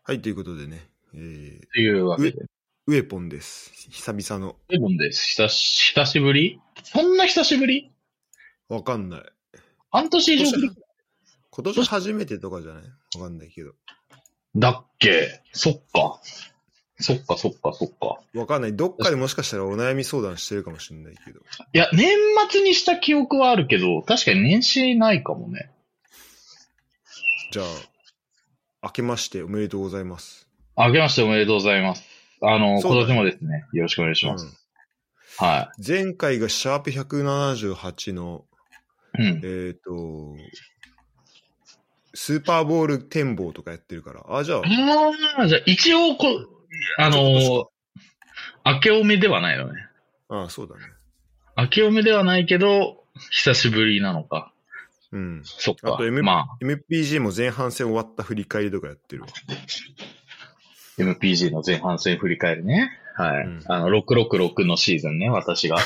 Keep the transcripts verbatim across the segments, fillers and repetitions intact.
はい、ということでね、えー、 というわけで。 ウエポンです。久々の。 ウエポンです。久し、久しぶりそんな久しぶりわかんない。 半年以上ぶり今年初めてとかじゃないわかんないけど。 だっけそっか。そっかそっかそっか。 わかんない。どっかでもしかしたらお悩み相談してるかもしれないけど。 いや、年末にした記憶はあるけど、確かに年始ないかもね。 じゃあ、明けましておめでとうございます。 明けましておめでとうございます。あの、 ね、 今年もですね、よろしくお願いします。うん、はい。 前回がシャープひゃくななじゅうはちの、 うん、 えっ、ー、と、スーパーボール展望とかやってるから。あ、じゃあ。 ああ、じゃあ一応こ、あのー、明けおめではないよね。 ああ、そうだね。 明けおめではないけど、久しぶりなのか。 うん。 そっか。 あと、M まあ、 エムピージー も前半戦終わった振り返りとかやってるわ。 エムピージー の前半戦振り返りね。はい。うん、あの、ろくろくろくのシーズンね、私が。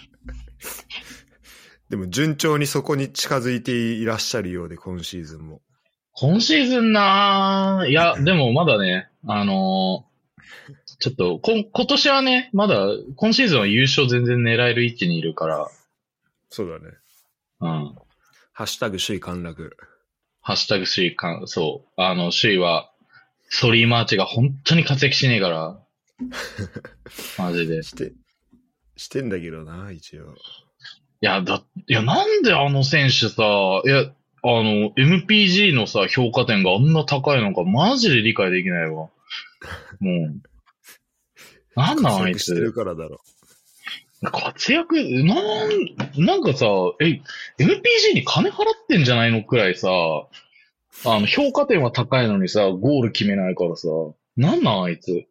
でも順調にそこに近づいていらっしゃるようで、今シーズンも。 今シーズンなぁ。いや、でもまだね、あのー、ちょっと、こ、今年はね、まだ、今シーズンは優勝全然狙える位置にいるから。 そうだね。 うん。 ハッシュタグ首位陥落。 ハッシュタグ首位陥、そう。あの、首位は、ストリーマーチが本当に活躍しねえから。マジで。 して、してんだけどな、一応。 いや、だ、いや、なんであの選手さ、いや、あの、エムピージー のさ、評価点があんな高いのか、マジで理解できないわ。もう。なんなんあいつ。 活躍してるからだろ。 活躍、なん、なんかさ、え、エムピージー に金払ってんじゃないのくらいさ、あの、評価点は高いのにさ、ゴール決めないからさ、なんなんあいつ。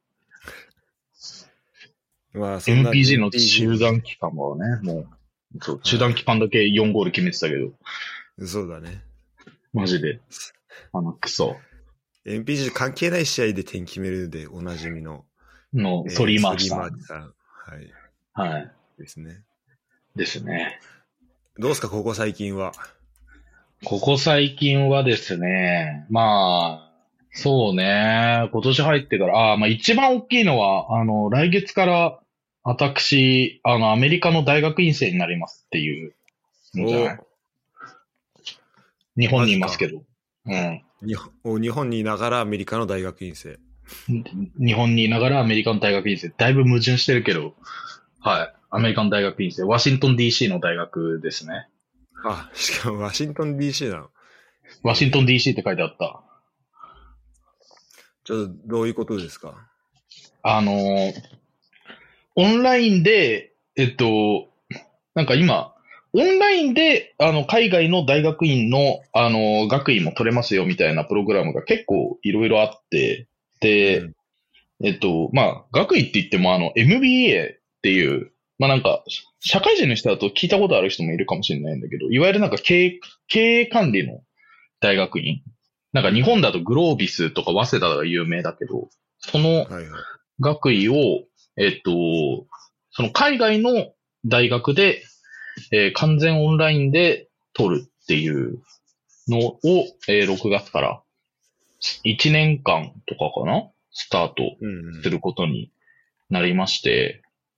まあ、そんなエムピージー の中断期間はね、もう、そう、中断期間だけよんゴール決めてたけど。 そうだね。 マジで。あの、クソ。 エムピージー 関係ない試合で点決めるでおなじみの。 の、ソリーマーチさん。 ソリーマーチさん。はい。 はい。 ですね。 ですね。 どうですか、ここ最近は。 ここ最近はですね、まあ、そうね、今年入ってから、あまあ一番大きいのは、あの、来月から私、あの、アメリカの大学院生になりますっていうのじゃない？日本にいますけど。うん。 日本、日本にいながらアメリカの大学院生。 日本にいながらアメリカの大学院生。だいぶ矛盾してるけど、はい。アメリカの大学院生。ワシントン ディーシー の大学ですね。 あ、しかもワシントン ディーシー なの。 ワシントン ディーシー って書いてあった。 ちょっとどういうことですか？ あのー、オンラインで、えっと、なんか今、オンラインで、あの、海外の大学院の、あの、学位も取れますよみたいなプログラムが結構いろいろあって、で、うん、えっと、まあ、学位って言っても、あの、エムビーエー っていう、まあなんか、社会人の人だと聞いたことある人もいるかもしれないんだけど、いわゆるなんか経営、経営管理の大学院。なんか日本だとグロービスとか早稲田が有名だけど、その学位を、えっと、その海外の大学で、えー、完全オンラインで取るっていうのを、えー、ろくがつからいちねんかんとかかなスタートすることになりまして、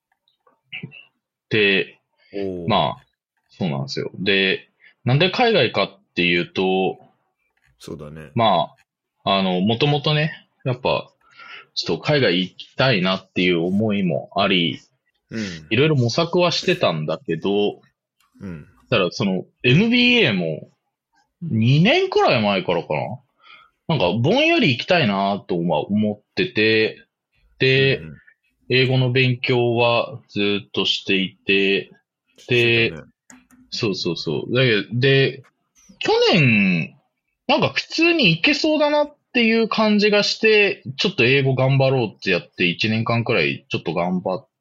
で、まあ、そうなんですよ。で、なんで海外かっていうと、 そうだね。 まあ、あの、もともとね、やっぱ、ちょっと海外行きたいなっていう思いもあり、 うん、 いろいろ模索はしてたんだけど、 うん。 ただその エムビーエー もにねんくらい前からかななんかぼんやり行きたいなと思ってて、で、うん、英語の勉強はずっとしていて、で、ね、そうそうそう。だけど、で、去年、なんか普通に行けそうだなっていう感じがして、ちょっと英語頑張ろうってやっていちねんかんくらいちょっと頑張って、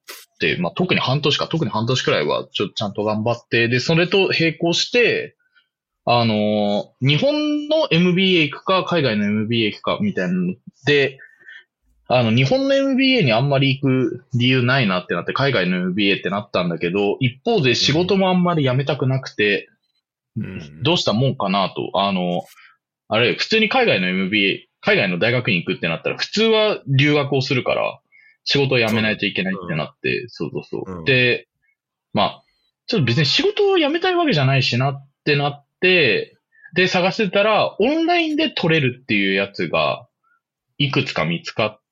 まあ特に半年か、特に半年くらいはちょっとちゃんと頑張って、で、それと並行して、あの、日本の エムビーエー 行くか、海外の エムビーエー 行くかみたいなので、あの、日本の エムビーエー にあんまり行く理由ないなってなって、海外の エムビーエー ってなったんだけど、一方で仕事もあんまり辞めたくなくて、うん、どうしたもんかなと、あの、あれ、普通に海外の エムビーエー、 海外の大学院行くってなったら、普通は留学をするから、仕事を辞めないといけないってなって、そうそうそう。 うん、 で、まあ、ちょっと別に仕事を辞めたいわけじゃないしなってなって、で、探してたら、オンラインで取れるっていうやつが、いくつか見つかって、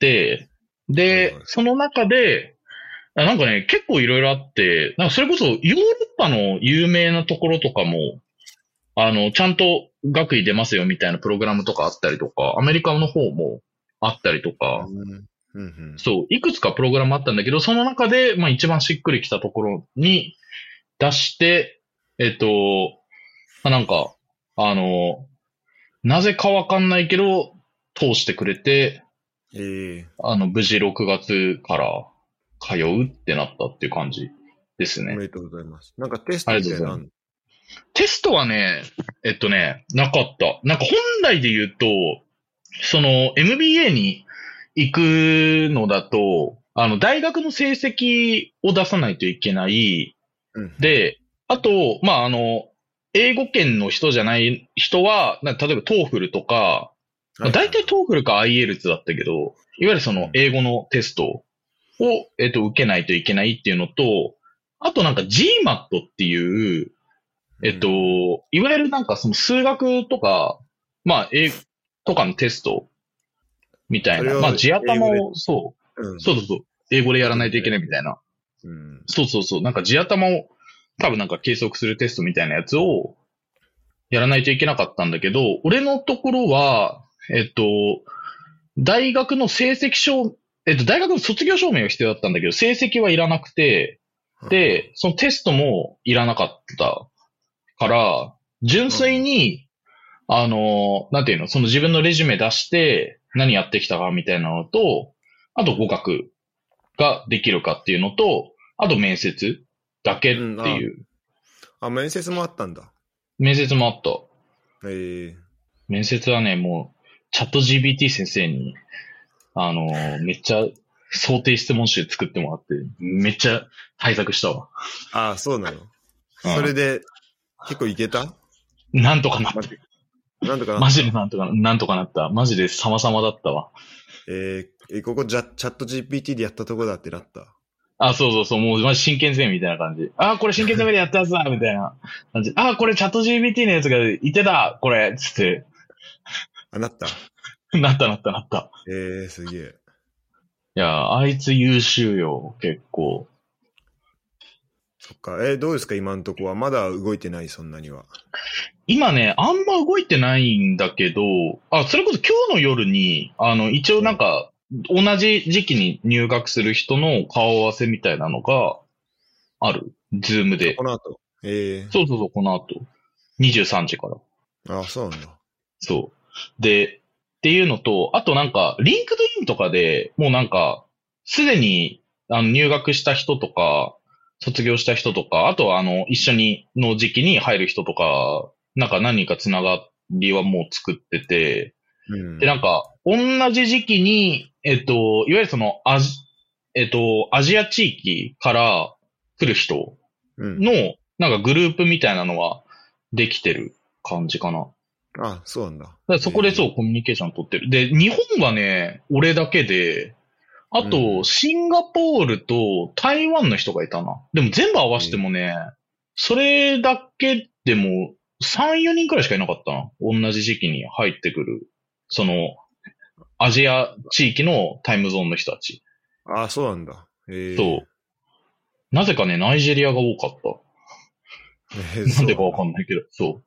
で、その中で、なんかね、結構いろいろあって、なんかそれこそヨーロッパの有名なところとかも、あの、ちゃんと学位出ますよみたいなプログラムとかあったりとか、アメリカの方もあったりとか、 うんうんうん、 そう、いくつかプログラムあったんだけど、その中で、まあ一番しっくりきたところに出して、えっと、まあ、なんか、あの、なぜかわかんないけど、通してくれて、 えー、 あの、無事ろくがつから通うってなったっていう感じですね。 おめでとうございます。なんかテストみたいなのあんの？ テストはね、えっとね、なかった。なんか本来で言うと、その エムビーエー に行くのだと、あの、大学の成績を出さないといけない。 うん、 で、あと、まあ、あの、英語圏の人じゃない人は、な例えば トーフル とか、まあ、大体 トーフル か アイエルツ だったけど、いわゆるその英語のテストを、えっと、受けないといけないっていうのと、あとなんか ジーマット っていう、えっと、いわゆるなんかその数学とか、まあ、英語とかのテストみたいな。まあ、地頭を、そう、うん、そうそうそう、英語でやらないといけないみたいな。うん、そうそうそう、なんか地頭を多分なんか計測するテストみたいなやつをやらないといけなかったんだけど、俺のところは、えっと、大学の成績証、えっと、大学の卒業証明が必要だったんだけど、成績はいらなくて、で、そのテストもいらなかったから、純粋に、うん、あの、なんていうの、その自分のレジュメ出して、何やってきたかみたいなのと、あと語学ができるかっていうのと、あと面接だけっていう。うん、 あ, あ、面接もあったんだ。 面接もあった。 へえ。 面接はね、もう、チャット ジーピーティー 先生に、あのー、めっちゃ想定質問集作ってもらって、めっちゃ対策したわ。 ああ、そうなの。それで、結構いけた？ なんとかなった。 なんとかなった。 マジでなんとか、なんとかなった。マジで様々だったわ。 えー、ここじゃ、チャット ジーピーティー でやったとこだってなった。 あ、そうそうそう、もうマジ真剣ゼミみたいな感じ。あ、これ真剣ゼミでやったやつだみたいな感じ。あ、これチャット ジーピーティー のやつが言ってたこれつって。 あ、なったなったなったなった。 えー、すげえ。 いや、あいつ優秀よ、結構。 そっか。えー、どうですか今んとこは。まだ動いてない、そんなには。 今ね、あんま動いてないんだけど、あ、それこそ今日の夜に、あの、一応なんか、同じ時期に入学する人の顔合わせみたいなのがある。ズームで。 この後。えー、 そうそうそう、この後。にじゅうさんじから。 あ、そうなんだ。 そう。で、っていうのと、あとなんか、リンクドインとかでもうなんか、すでにあの入学した人とか、卒業した人とか、あとはあの、一緒にの時期に入る人とか、なんか何人かつながりはもう作ってて、うん、で、なんか、同じ時期に、えっと、いわゆるその、アジ、えっと、アジア地域から来る人の、なんかグループみたいなのはできてる感じかな。 あ、そうなんだ。だからそこでそう、コミュニケーション取ってる。で、日本はね、俺だけで、あと、シンガポールと台湾の人がいたな。でも全部合わせてもね、それだけでもさん、よにんくらいしかいなかったな。同じ時期に入ってくる。その、アジア地域のタイムゾーンの人たち。 ああ、そうなんだ。へそう。なぜかね、ナイジェリアが多かった。えー、なんでかわかんないけど、そう。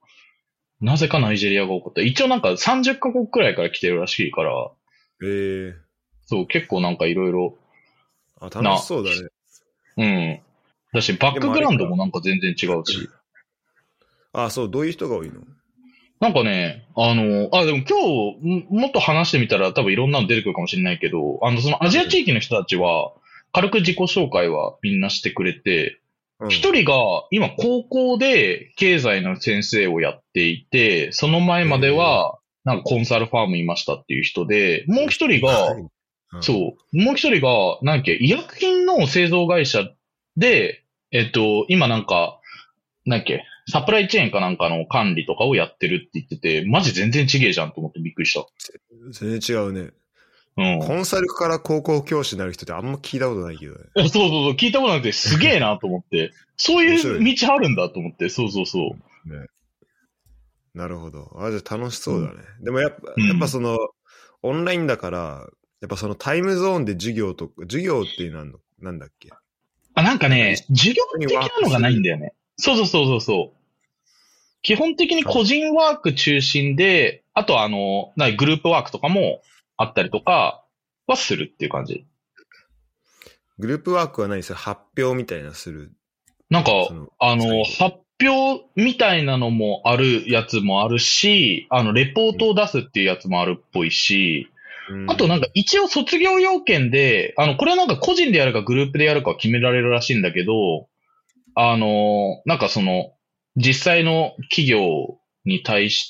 なぜかナイジェリアが多かった。一応なんかさんじゅっカ国くらいから来てるらしいから。 えー、 そう、結構なんかいろいろ。 あ、楽しそうだね。うん。だし、バックグラウンドもなんか全然違うし。 あ、そう、どういう人が多いの？ なんかね、あの、あ、でも今日、もっと話してみたら多分いろんなの出てくるかもしれないけど、あの、そのアジア地域の人たちは、軽く自己紹介はみんなしてくれて、一、うん、人が今高校で経済の先生をやっていて、その前までは、なんかコンサルファームいましたっていう人で、もう一人が、うん、そう、もう一人が、なんだっけ、医薬品の製造会社で、えっと、今なんか、なんだっけ、 サプライチェーンかなんかの管理とかをやってるって言ってて、マジ全然違えじゃんと思ってびっくりした。 全然違うね。 うん。 コンサルから高校教師になる人ってあんま聞いたことないけどね。 そうそうそう、聞いたことなくてすげえなと思って。そういう道あるんだと思って。そうそうそう。 ね、なるほど。あ、じゃあ楽しそうだね。うん、でもやっぱ、 うん、 やっぱその、オンラインだから、やっぱそのタイムゾーンで授業とか、授業っていうのはなんだっけ？ あ、なんかね、授業的なのがないんだよね。そうそうそうそうそう。基本的に個人ワーク中心で、あとあの、なグループワークとかもあったりとかはするっていう感じ。 グループワークは何それ発表みたいなする？ なんか、あの、発表みたいなのもあるやつもあるし、あの、レポートを出すっていうやつもあるっぽいし、うん、あとなんか一応卒業要件で、あの、これはなんか個人でやるかグループでやるか決められるらしいんだけど、あの、なんかその、実際の企業に対して、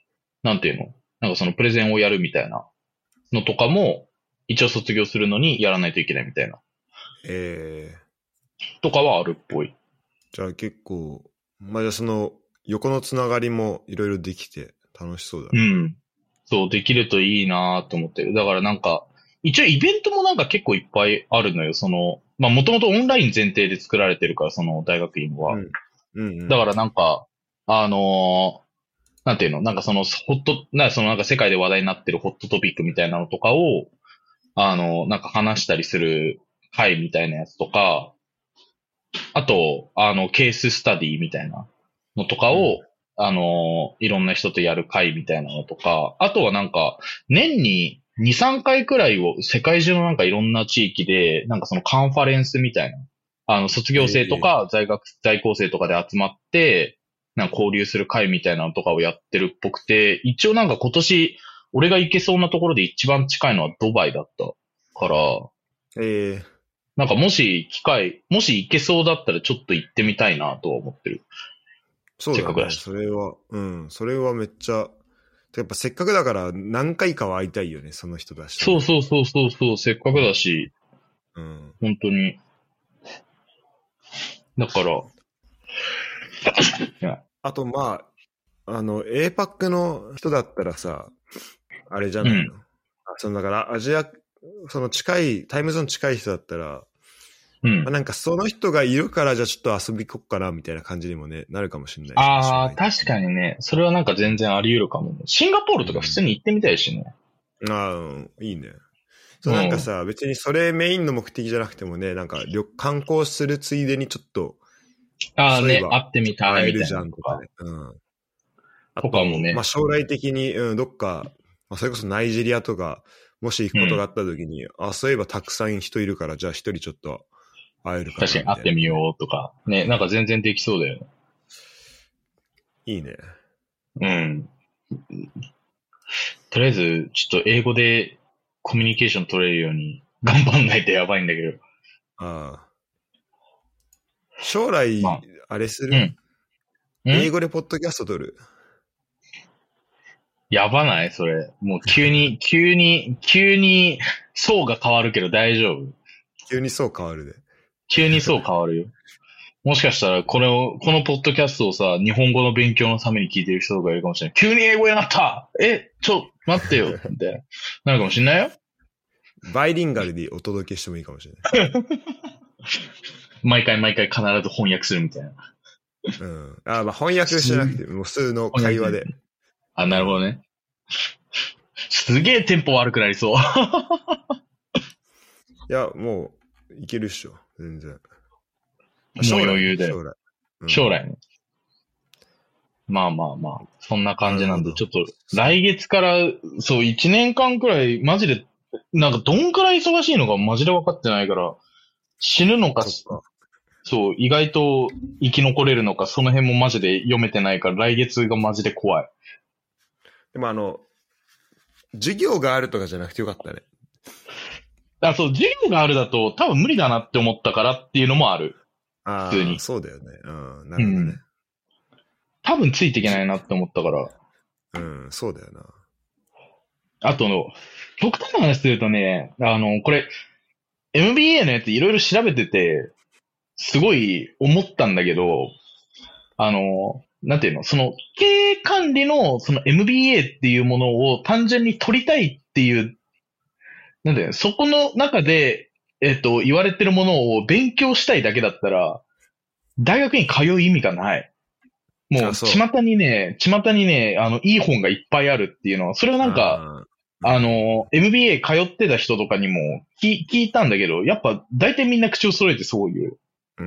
なんていうの？なんかそのプレゼンをやるみたいなのとかも、一応卒業するのにやらないといけないみたいな。 ええー。とかはあるっぽい。 じゃあ結構、まあじゃあその横のつながりもいろいろできて楽しそうだね。うん。そう、できるといいなと思ってる。だからなんか、一応イベントもなんか結構いっぱいあるのよ。その、まあもともとオンライン前提で作られてるから、その大学院は。うんうんうん、だからなんか、あのー、なんていうのなんかその、ホット、な、そのなんか世界で話題になってるホットトピックみたいなのとかを、あの、なんか話したりする会みたいなやつとか、あと、あの、ケーススタディみたいなのとかを、うん、あの、いろんな人とやる会みたいなのとか、あとはなんか、年にに、さんかいくらいを世界中のなんかいろんな地域で、なんかそのカンファレンスみたいな、あの、卒業生とか在学、在校生とかで集まって、なんか交流する会みたいなのとかをやってるっぽくて、一応なんか今年、俺が行けそうなところで一番近いのはドバイだったから、 ええー、 なんかもし機会、もし行けそうだったらちょっと行ってみたいなとは思ってる。 そうだね。それは、うん、それはめっちゃ、やっぱせっかくだから何回かは会いたいよね、その人だし。 そうそうそうそうそう、せっかくだし、うん、本当に。だから、 あとまあ、あの、エーパック の人だったらさ、あれじゃないの、うん、そのだからアジア、その近い、タイムゾーン近い人だったら、うんまあ、なんかその人がいるからじゃあちょっと遊びこっかなみたいな感じにもね、なるかもしれない。 ああ、確かにね。それはなんか全然あり得るかも。シンガポールとか普通に行ってみたいしね。 うん、ああ、うん、いいね。そうなんかさ、うん、別にそれメインの目的じゃなくてもね、なんか観光するついでにちょっと、 ああね、会ってみたいみたいな。会えるじゃんとかね。うん。 あとかもね。 まあ将来的に、うん、どっか、まあ、それこそナイジェリアとか、もし行くことがあった時に、うん、あ、そういえばたくさん人いるから、じゃあ一人ちょっと会えるかな。 確かに会ってみようとか。ね、なんか全然できそうだよね。 いいね。 うん。とりあえず、ちょっと英語でコミュニケーション取れるように頑張んないとやばいんだけど。 ああ。将来、まあ、あれする、 うん、 英語でポッドキャスト撮る。 やばないそれ。もう急に、急に、急に層が変わるけど大丈夫？ 急に層変わるで。 急に層変わるよ。もしかしたら、これを、このポッドキャストをさ、日本語の勉強のために聞いてる人がいるかもしれない。急に英語になったえ、ちょ、待ってよみたいな。なるかもしれないよ。 バイリンガルでお届けしてもいいかもしれない。 毎回毎回必ず翻訳するみたいな。 うん。あ、まあ翻訳しなくて、もう普通の会話で。 あ、なるほどね。すげえテンポ悪くなりそう。 いや、もう、いけるっしょ。全然。 もう余裕だよ。将来。うん、将来ね。まあまあまあ、そんな感じなんで、ちょっと、来月から、そう、一年間くらい、マジで、なんかどんくらい忙しいのかマジで分かってないから、死ぬのか、そ, そう、意外と生き残れるのか、その辺もマジで読めてないから、来月がマジで怖い。 でもあの、授業があるとかじゃなくてよかったね。 あ、そう、授業があるだと多分無理だなって思ったからっていうのもある。 ああ、 普通に。 そうだよね。うん、なるほどね、うん。 多分ついていけないなって思ったから。 うん、そうだよな。 あとの、極端な話するとね、あの、これ、エムビーエー のやついろいろ調べてて、すごい思ったんだけど、 あの、なんていうの、その経営管理のその エムビーエー っていうものを単純に取りたいっていう、なんていうの、そこの中で、えっと、言われてるものを勉強したいだけだったら、大学に通う意味がない。もう、巷にね、巷にね、あの、いい本がいっぱいあるっていうのは、それをなんか、あの、エムビーエー 通ってた人とかにも聞聞いたんだけど、やっぱ大体みんな口を揃えてそういう。 うん。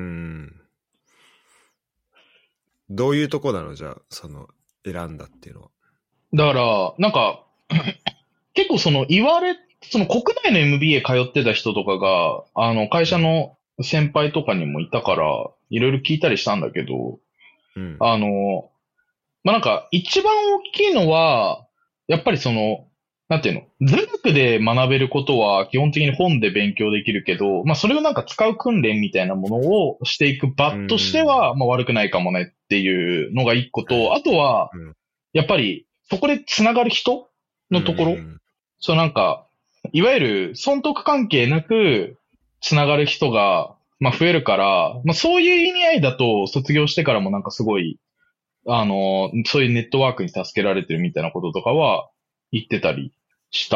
どういうとこなのじゃあ、その、選んだっていうのは。 だから、なんか、結構その言われ、その国内の エムビーエー 通ってた人とかが、あの、会社の先輩とかにもいたから、いろいろ聞いたりしたんだけど、 うん、 あの、まあ、なんか、一番大きいのは、やっぱりその、なんていうの、座学で学べることは基本的に本で勉強できるけど、まあ、それをなんか使う訓練みたいなものをしていく場としては、まあ、悪くないかもねっていうのが一個と、あとは、やっぱり、そこで繋がる人のところ、そうなんか、いわゆる損得関係なく繋がる人が、まあ、増えるから、まあ、そういう意味合いだと卒業してからもなんかすごい、あの、そういうネットワークに助けられてるみたいなこととかは言ってたりした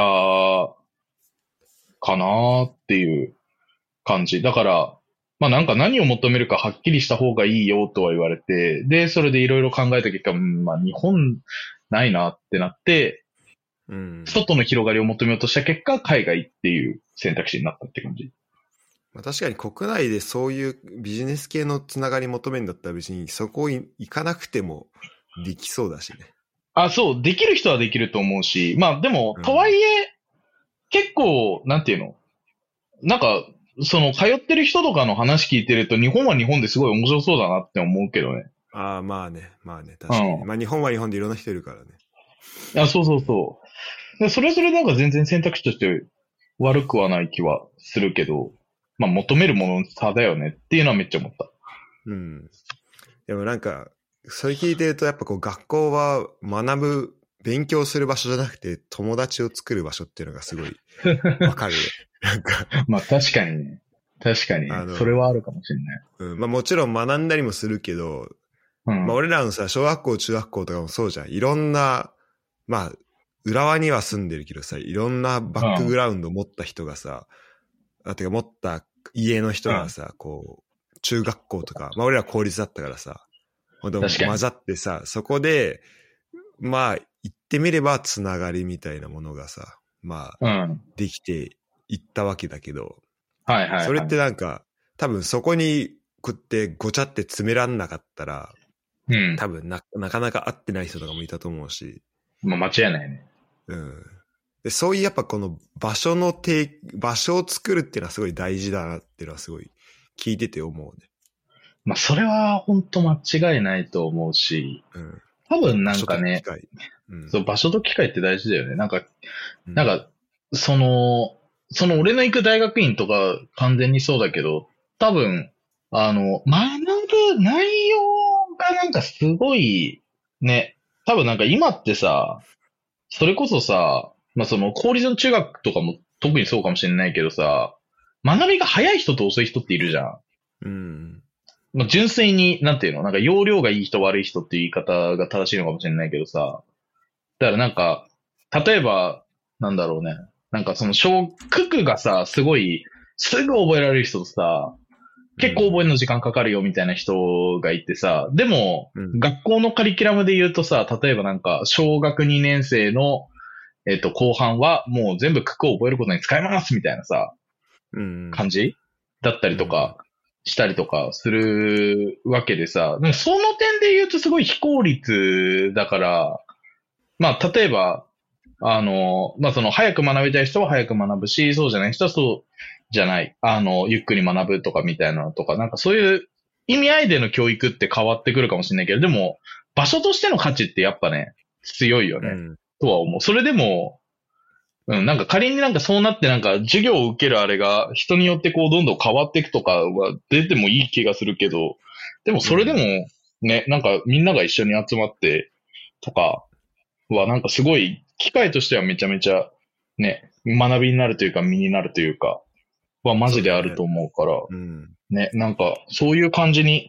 かなっていう感じ。だから、まあなんか何を求めるかはっきりした方がいいよとは言われて、で、それでいろいろ考えた結果、うん、まあ日本ないなってなって、 うん、 外の広がりを求めようとした結果、海外っていう選択肢になったって感じ。 まあ、確かに国内でそういうビジネス系のつながり求めるんだったら別にそこに行かなくてもできそうだしね。 あ、そう、できる人はできると思うし、まあでも、とはいえ、結構、なんていうのなんか、その、通ってる人とかの話聞いてると、日本は日本ですごい面白そうだなって思うけどね。 ああ、まあね、まあね、確かに。うん、まあ日本は日本でいろんな人いるからね。 あ、そうそうそう。でそれぞれなんか全然選択肢として悪くはない気はするけど、まあ求めるものの差だよねっていうのはめっちゃ思った。 うん。でもなんか、それ聞いてるとやっぱこう学校は学ぶ、勉強する場所じゃなくて友達を作る場所っていうのがすごいわかるね。なんかまあ確かにね。確かに、ね、それはあるかもしれない。 うん。まあもちろん学んだりもするけど、うん、まあ俺らのさ、小学校、中学校とかもそうじゃん。いろんな、まあ、浦和には住んでるけどさ、いろんなバックグラウンドを持った人がさ、うん、あてか持った家の人がさ、うん、こう、中学校とか、まあ俺ら公立だったからさ、ほんと混ざってさ、そこで、まあ、言ってみればつながりみたいなものがさ、まあ、うん、できていったわけだけど、 はいはい、はい。 それってなんか、多分そこにこうやってごちゃって詰めらんなかったら、うん、多分な、なかなか会ってない人とかもいたと思うし。 まあ間違いないね。 うん。で、そういうやっぱこの場所の提、場所を作るっていうのはすごい大事だなっていうのはすごい聞いてて思うね。 まあそれは本当間違いないと思うし、うん、多分なんかね、うん、そう、場所と機会って大事だよね。なんか、うん、なんか、その、その俺の行く大学院とか完全にそうだけど、多分、あの、学ぶ内容がなんかすごい、ね、多分なんか今ってさ、それこそさ、まあその公立の中学とかも特にそうかもしれないけどさ、学びが早い人と遅い人っているじゃん。 うん。 まあ純粋に、なんていうのなんか容量がいい人悪い人っていう言い方が正しいのかもしれないけどさ、だからなんか、例えば、なんだろうね。なんかその小、九九がさ、すごい、すぐ覚えられる人とさ、結構覚えるの時間かかるよみたいな人がいてさ、でも、うん、学校のカリキュラムで言うとさ、例えばなんか、小学にねん生の、えっと、後半はもう全部九九を覚えることに使いますみたいなさ、うん、感じだったりとか、したりとかするわけでさ、でもその点で言うとすごい非効率だから、まあ、例えば、あの、まあ、その、早く学びたい人は早く学ぶし、そうじゃない人はそうじゃない。あの、ゆっくり学ぶとかみたいなのとか、なんかそういう意味合いでの教育って変わってくるかもしれないけど、でも、場所としての価値ってやっぱね、強いよね。うん、とは思う。それでも、うん、なんか仮になんかそうなってなんか授業を受けるあれが人によってこうどんどん変わっていくとかは出てもいい気がするけど、でもそれでもね、うん、なんかみんなが一緒に集まってとか、はなんかすごい機会としてはめちゃめちゃね、学びになるというか身になるというか、はマジであると思うから、うね、うん、ね、なんかそういう感じに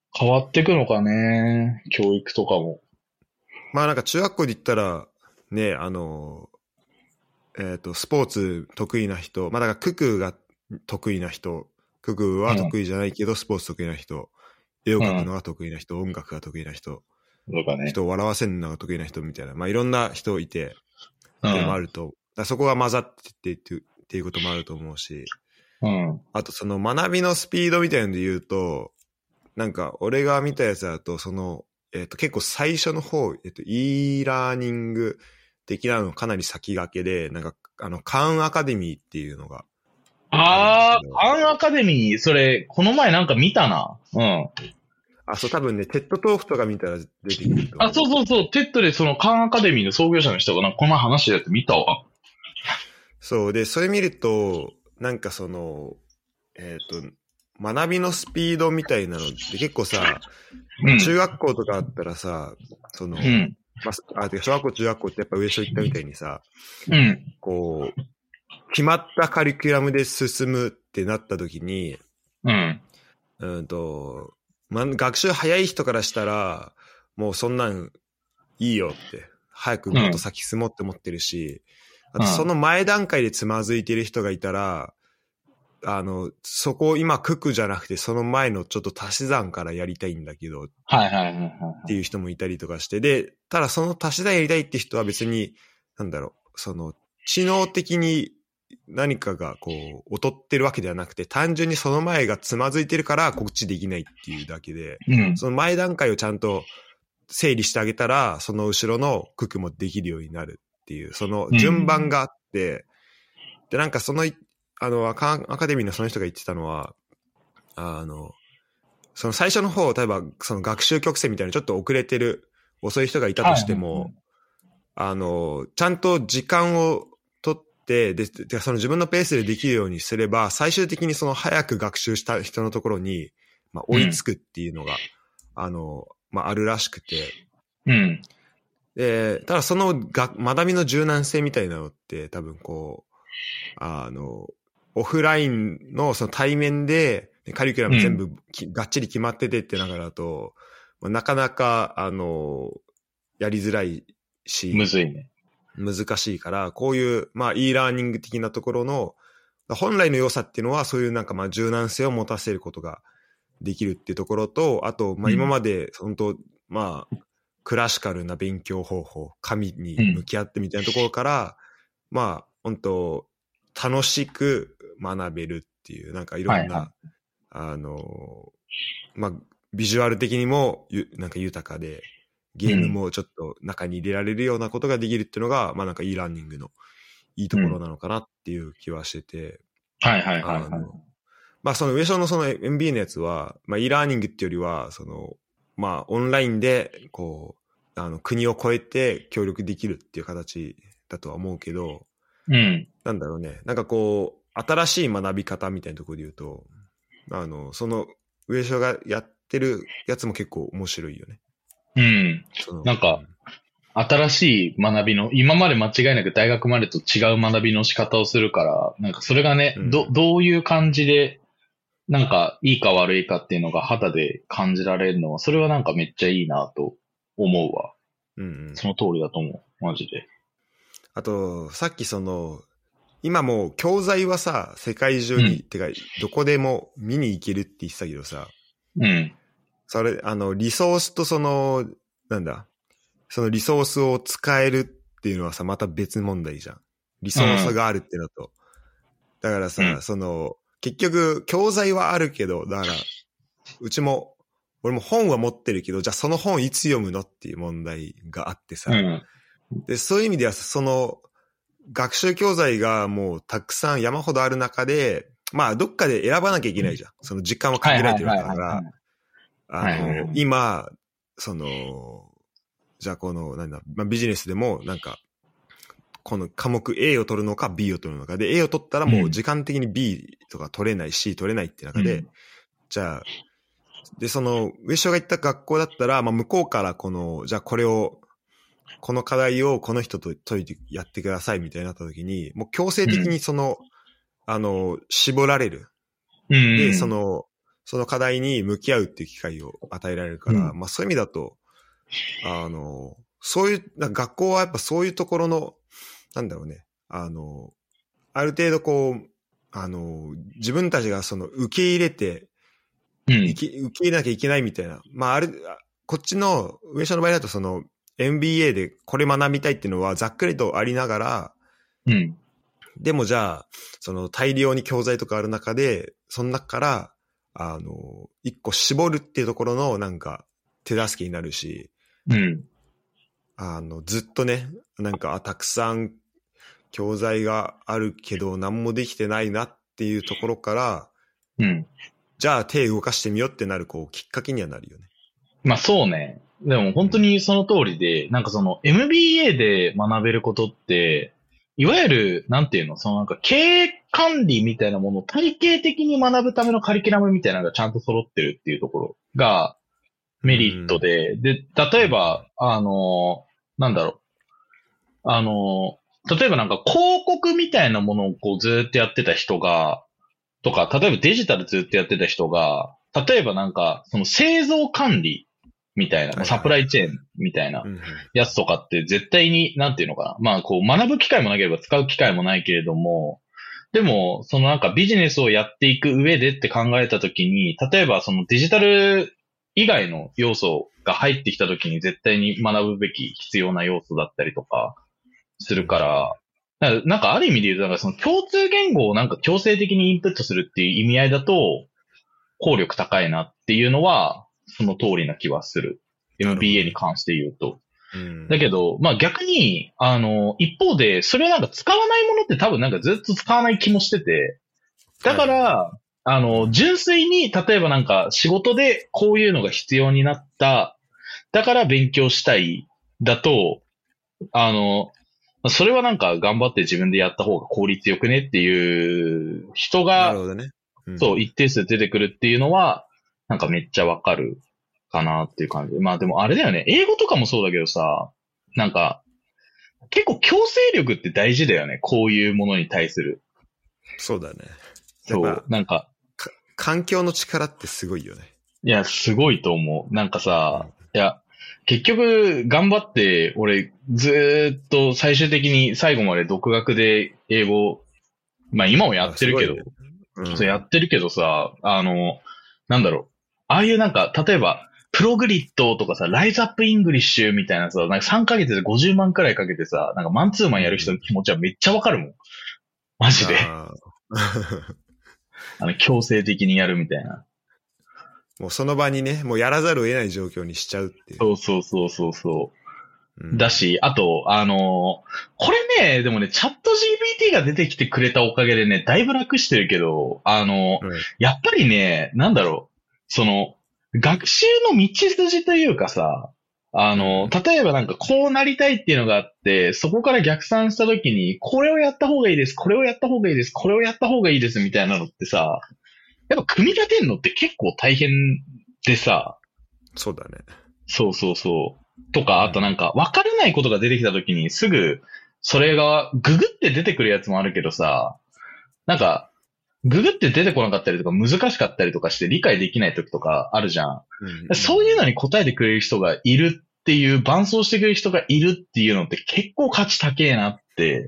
変わってくのかね、教育とかも。 まあなんか中学校で言ったら、ね、あの、えっ、ー、と、スポーツ得意な人、まあだからククが得意な人、ククは得意じゃないけど、うん、スポーツ得意な人、絵を描くのが得意な人、うん、音楽が得意な人、 とかね、 人を笑わせるのが得意な人みたいな、まあいろんな人いて、っていうのもあると、うん、だそこが混ざってってっていうこともあると思うし、 うん、 あとその学びのスピードみたいなので言うと、なんか俺が見たやつだと、その、えっと結構最初の方、えっと e ラーニング的なのかなり先駆けで、なんかあのカーンアカデミーっていうのがああ、カーンアカデミー、それこの前なんか見たな。うん。 あ、そう多分ね、テッドトークとか見たら出てくると思う。 あ、そうそうそう、テッドでそのカーンアカデミーの創業者の人がなんかこの前話してるやつ見たわ。 そうで、それ見るとなんかそのえっと学びのスピードみたいなのって結構さ、うん、中学校とかあったらさ、その、うん、まあ、あ、てか小学校中学校ってやっぱ上昇行ったみたいにさ、 うん、 こう、決まったカリキュラムで進むってなった時に、 うん、 うんと、ま、学習早い人からしたら、もうそんなんいいよって、早くもっと先進もうって思ってるし、うん、あとその前段階でつまずいてる人がいたら、あの、そこを今九九じゃなくてその前のちょっと足し算からやりたいんだけど、 はいはいはいはい。 っていう人もいたりとかして、で、ただその足し算やりたいって人は別に、なんだろう、その、知能的に何かがこう、劣ってるわけではなくて、単純にその前がつまずいてるからこっちできないっていうだけで、うん、その前段階をちゃんと整理してあげたら、その後ろの九九もできるようになるっていう、その順番があって、うん、で、なんかその、あの、アカデミーのその人が言ってたのは、あの、その最初の方、例えばその学習曲線みたいなちょっと遅れてる遅い人がいたとしても、はいはいはい、あの、ちゃんと時間を取って、で、でその自分のペースでできるようにすれば、最終的にその早く学習した人のところに、まあ、追いつくっていうのが、うん、あの、まあ、あるらしくて。 うん。 で、ただそのが学びの柔軟性みたいなのって多分こう、あの、オフラインのその対面で、カリキュラム全部、うん、がっちり決まっててってながらだと、まあ、なかなか、あの、やりづらいし、 むずいね。 難しいから、こういう、まあ、e ラーニング的なところの、本来の良さっていうのは、そういうなんか、まあ、柔軟性を持たせることができるっていうところと、あと、まあ、今まで、本当、うん、まあ、クラシカルな勉強方法、紙に向き合ってみたいなところから、うん、まあ、本当、楽しく学べるっていう、なんかいろんな、はいはい、あの、まあ、ビジュアル的にもなんか豊かで、ゲームもちょっと中に入れられるようなことができるっていうのが、うん、まあなんか e ラーニングのいいところなのかなっていう気はしてて。 うん、はいはいはい、はい。 まあその上昇のその エムビーエー のやつは、まあ e ラーニングっていうよりは、その、まあオンラインで、こう、あの国を越えて協力できるっていう形だとは思うけど、 うん。 なんだろうね。なんかこう、新しい学び方みたいなところで言うと、あの、その、上昇がやってるやつも結構面白いよね。 うん。なんか、新しい学びの、今まで間違いなく大学までと違う学びの仕方をするから、なんかそれがね、うん、ど、どういう感じで、なんかいいか悪いかっていうのが肌で感じられるのは、それはなんかめっちゃいいなと思うわ。 うんうん。 その通りだと思う。マジで。 あと、さっきその、今もう教材はさ、世界中に、うん、てか、どこでも見に行けるって言ってたけどさ、 うん。 それ、あの、リソースとその、なんだ、そのリソースを使えるっていうのはさ、また別問題じゃん。リソースがあるってのと。うん、だからさ、うん、その、結局、教材はあるけど、だから、うちも、俺も本は持ってるけど、じゃあその本いつ読むのっていう問題があってさ、うん、で、そういう意味では、その、学習教材がもうたくさん山ほどある中で、まあどっかで選ばなきゃいけないじゃん。その時間は限られてるから、あの、今、その、じゃあこの、なんだ、まあビジネスでもなんか、この科目 A を取るのか B を取るのかで、A を取ったらもう時間的に B とか取れないし、取れないって中で、うん、じゃあ、で、その、上昇が行った学校だったら、まあ向こうからこの、じゃあこれを、この課題をこの人と解いてやってくださいみたいになった時に、もう強制的にその、うん、あの、絞られる。 うん、 で、その、 その課題に向き合うっていう機会を与えられるから、うん、まあそういう意味だと、あの、そういう、なんか学校はやっぱそういうところの、なんだろうね、あの、ある程度こう、あの、自分たちがその受け入れて、うん、受け入れなきゃいけないみたいな。まあある、こっちの、上社の場合だとその エムビーエー でこれ学びたいっていうのはざっくりとありながら、 うん。 でもじゃあ、その大量に教材とかある中で、その中から、あの、一個絞るっていうところのなんか手助けになるし、 うん。 あの、ずっとね、なんか、たくさん教材があるけど何もできてないなっていうところから、 うん。 じゃあ手動かしてみようってなる、こう、きっかけにはなるよね。 まあそうね。でも本当にその通りで、うん、なんかその エムビーエー で学べることって、いわゆる、なんていうの、そのなんか経営管理みたいなものを体系的に学ぶためのカリキュラムみたいなのがちゃんと揃ってるっていうところがメリットで、うん、で、例えば、あの、なんだろう。あの、例えばなんか広告みたいなものをこうずっとやってた人が、とか、例えばデジタルずっとやってた人が、例えばなんか、その製造管理みたいな、サプライチェーンみたいなやつとかって絶対に、なんていうのかな。まあこう学ぶ機会もなければ使う機会もないけれども、でも、そのなんかビジネスをやっていく上でって考えたときに、例えばそのデジタル以外の要素が入ってきたときに絶対に学ぶべき必要な要素だったりとかするから、なんかある意味で言うと、なんかその共通言語をなんか強制的にインプットするっていう意味合いだと、効力高いなっていうのは、その通りな気はする。エムビーエー に関して言うと。うん、だけど、まあ逆に、あの、一方で、それをなんか使わないものって多分なんかずっと使わない気もしてて、だから、はい、あの、純粋に、例えばなんか仕事でこういうのが必要になった、だから勉強したい、だと、あの、それはなんか頑張って自分でやった方が効率よくねっていう人が、 なるほどね。 うん、そう、一定数出てくるっていうのは、なんかめっちゃわかるかなっていう感じで。まあでもあれだよね。英語とかもそうだけどさ、なんか、結構強制力って大事だよね。こういうものに対する。 そうだね。 そう、なんかか。環境の力ってすごいよね。 いや、すごいと思う。なんかさ、うん、いや、結局、頑張って、俺、ずーっと最終的に最後まで独学で英語、まあ今もやってるけど、うん、そうやってるけどさ、あの、なんだろう。ああいうなんか、例えば、プログリッドとかさ、ライズアップイングリッシュみたいなさ、なんかさんかげつでごじゅうまんくらいかけてさ、なんかマンツーマンやる人の気持ちはめっちゃわかるもん。マジで。あ, あの、強制的にやるみたいな。 もうその場にね、もうやらざるを得ない状況にしちゃうっていう。 そうそうそうそうそう。うん、だし、あと、あのー、これね、でもね、チャット ジーピーティー が出てきてくれたおかげでね、だいぶ楽してるけど、あのーうん、やっぱりね、なんだろう、その、学習の道筋というかさ、あのー、例えばなんかこうなりたいっていうのがあって、そこから逆算したときに、これをやった方がいいです、これをやった方がいいです、これをやった方がいいですみたいなのってさ、やっぱ組み立てんのって結構大変でさ。 そうだね。 そうそうそう。とか、あとなんか、わからないことが出てきたときにすぐ、それがググって出てくるやつもあるけどさ、なんか、ググって出てこなかったりとか難しかったりとかして理解できないときとかあるじゃん。うんうん、そういうのに答えてくれる人がいるっていう、伴走してくれる人がいるっていうのって結構価値高えなって、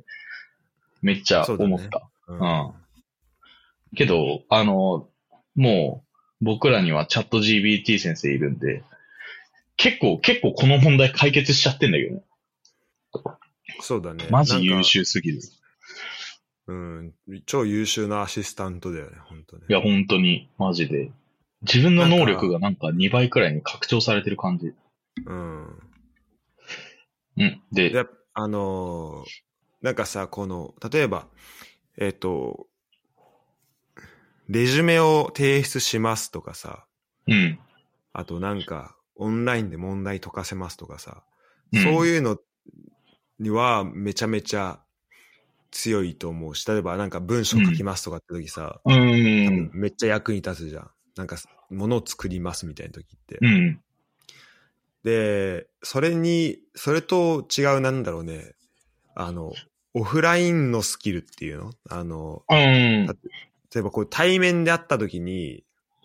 めっちゃ思った。うね、うん、うん。けど、あの、もう、僕らにはチャット ジーピーティー 先生いるんで、結構、結構この問題解決しちゃってんだけどね。 そうだね。 マジ優秀すぎる。 うん。超優秀なアシスタントだよね、本当ね。 いや、本当に、マジで。自分の能力がなんかにばいくらいに拡張されてる感じ。 うん。 うん。で、 であのー、なんかさ、この、例えば、えっと、レジュメを提出しますとかさ、 うん。 あとなんか、オンラインで問題解かせますとかさ、うん、そういうのにはめちゃめちゃ強いと思うし、例えばなんか文章書きますとかって時さ、 うん、多分めっちゃ役に立つじゃん。なんか物を作りますみたいな時って。 うん、 で、それに、それと違うなんだろうね、あの、オフラインのスキルっていうのあの、 うん、 例えばこう対面で会った時に、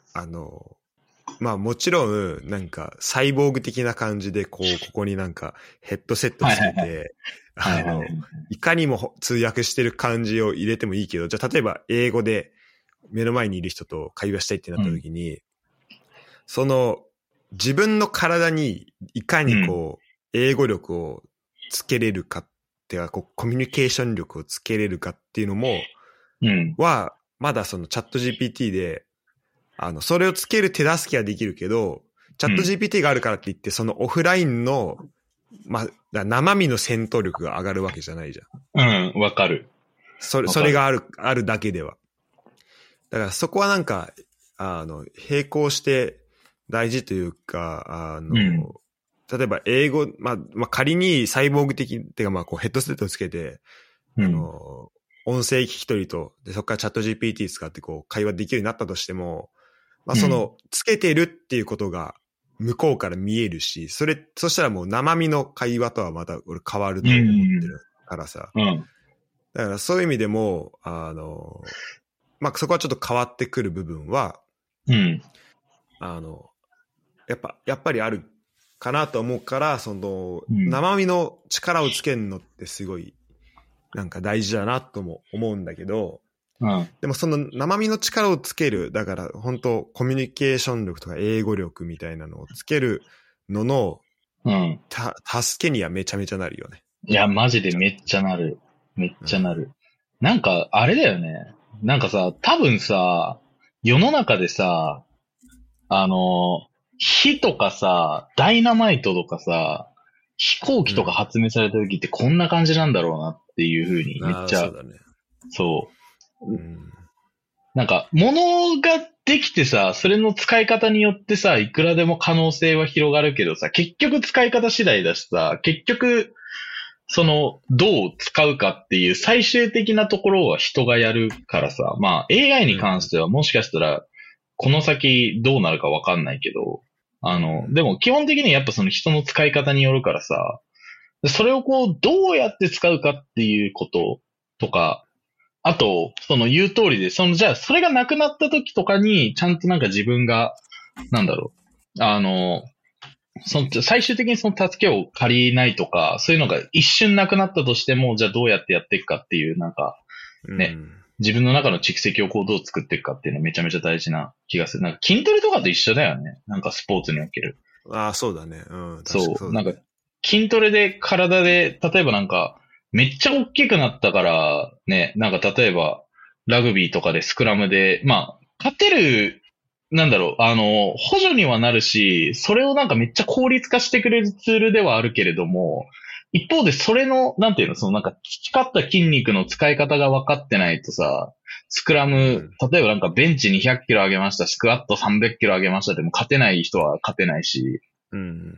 あの、まあもちろん、なんか、サイボーグ的な感じで、こう、ここになんか、ヘッドセットつけて、あの、いかにも通訳してる感じを入れてもいいけど、じゃあ例えば英語で目の前にいる人と会話したいってなった時に、うん、その、自分の体にいかにこう、英語力をつけれるかっていうか、こう、コミュニケーション力をつけれるかっていうのも、うん、は、まだそのチャット ジーピーティー で、あの、それをつける手助けはできるけど、チャット ジーピーティー があるからって言って、そのオフラインの、まあ、生身の戦闘力が上がるわけじゃないじゃん。うん、わかる。 それ、それがある、あるだけでは。だからそこはなんか、あの、並行して大事というか、あの、うん、例えば英語、まあ、まあ、仮にサイボーグ的、ってかまあ、こうヘッドセットをつけて、うん、あの、音声聞き取りと、で、そこからチャット ジーピーティー 使ってこう会話できるようになったとしても、まあ、その、つけてるっていうことが向こうから見えるし、それ、そしたらもう生身の会話とはまた俺変わると思ってるからさ。うんうん、だからそういう意味でも、あの、まあ、そこはちょっと変わってくる部分は、うん、あの、やっぱ、やっぱりあるかなと思うから、その、うん、生身の力をつけるのってすごい、なんか大事だなとも思うんだけど、うん、でもその生身の力をつける、だから本当コミュニケーション力とか英語力みたいなのをつけるのの、うん、た、助けにはめちゃめちゃなるよね。 いや、マジでめっちゃなる。めっちゃなる。うん、なんか、あれだよね。なんかさ、多分さ、世の中でさ、あの、火とかさ、ダイナマイトとかさ、飛行機とか発明された時ってこんな感じなんだろうなっていう風にめっちゃ、そうだね。そう。うん、なんか、物ができてさ、それの使い方によってさ、いくらでも可能性は広がるけどさ、結局使い方次第だしさ、結局、その、どう使うかっていう最終的なところは人がやるからさ、まあ エーアイ に関してはもしかしたら、この先どうなるかわかんないけど、あの、でも基本的にやっぱその人の使い方によるからさ、それをこう、どうやって使うかっていうこととか、あと、その言う通りで、その、じゃあ、それがなくなった時とかに、ちゃんとなんか自分が、なんだろう、あの、その、最終的にその助けを借りないとか、そういうのが一瞬なくなったとしても、じゃあどうやってやっていくかっていう、なんか、ね、うん、自分の中の蓄積をこうどう作っていくかっていうのはめちゃめちゃ大事な気がする。なんか筋トレとかと一緒だよね。なんかスポーツにおける。 ああ、そうだね。うん。 そう。そうなんか、筋トレで体で、例えばなんか、めっちゃ大きくなったから、ね、なんか例えば、ラグビーとかでスクラムで、まあ、勝てる、なんだろう、あの、補助にはなるし、それをなんかめっちゃ効率化してくれるツールではあるけれども、一方でそれの、なんていうの、そのなんか培った筋肉の使い方が分かってないとさ、スクラム、例えばなんかベンチにひゃっキロ上げました、スクワットさんびゃっキロ上げましたでも勝てない人は勝てないし、うん、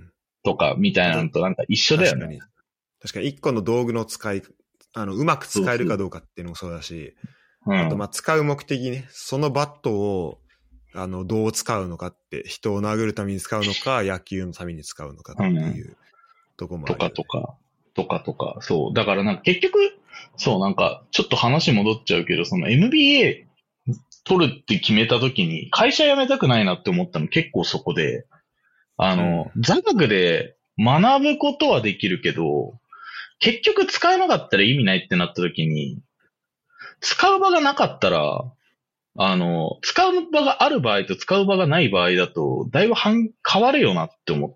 とかみたいなのとなんか一緒だよね。 確かに一個の道具の使い、あの、うまく使えるかどうかっていうのもそうだし、そうそうあと、ま、使う目的ね、そのバットを、あの、どう使うのかって、人を殴るために使うのか、野球のために使うのかっていうとこもある、ね、 とかとか、とかとか、そう。だからなんか結局、そうなんか、ちょっと話戻っちゃうけど、その エムビーエー 取るって決めた時に、会社辞めたくないなって思ったの結構そこで、あの、うん、座学で学ぶことはできるけど、結局使えなかったら意味ないってなった時に、使う場がなかったら、あの、使う場がある場合と使う場がない場合だと、だいぶ変わるよなって思って、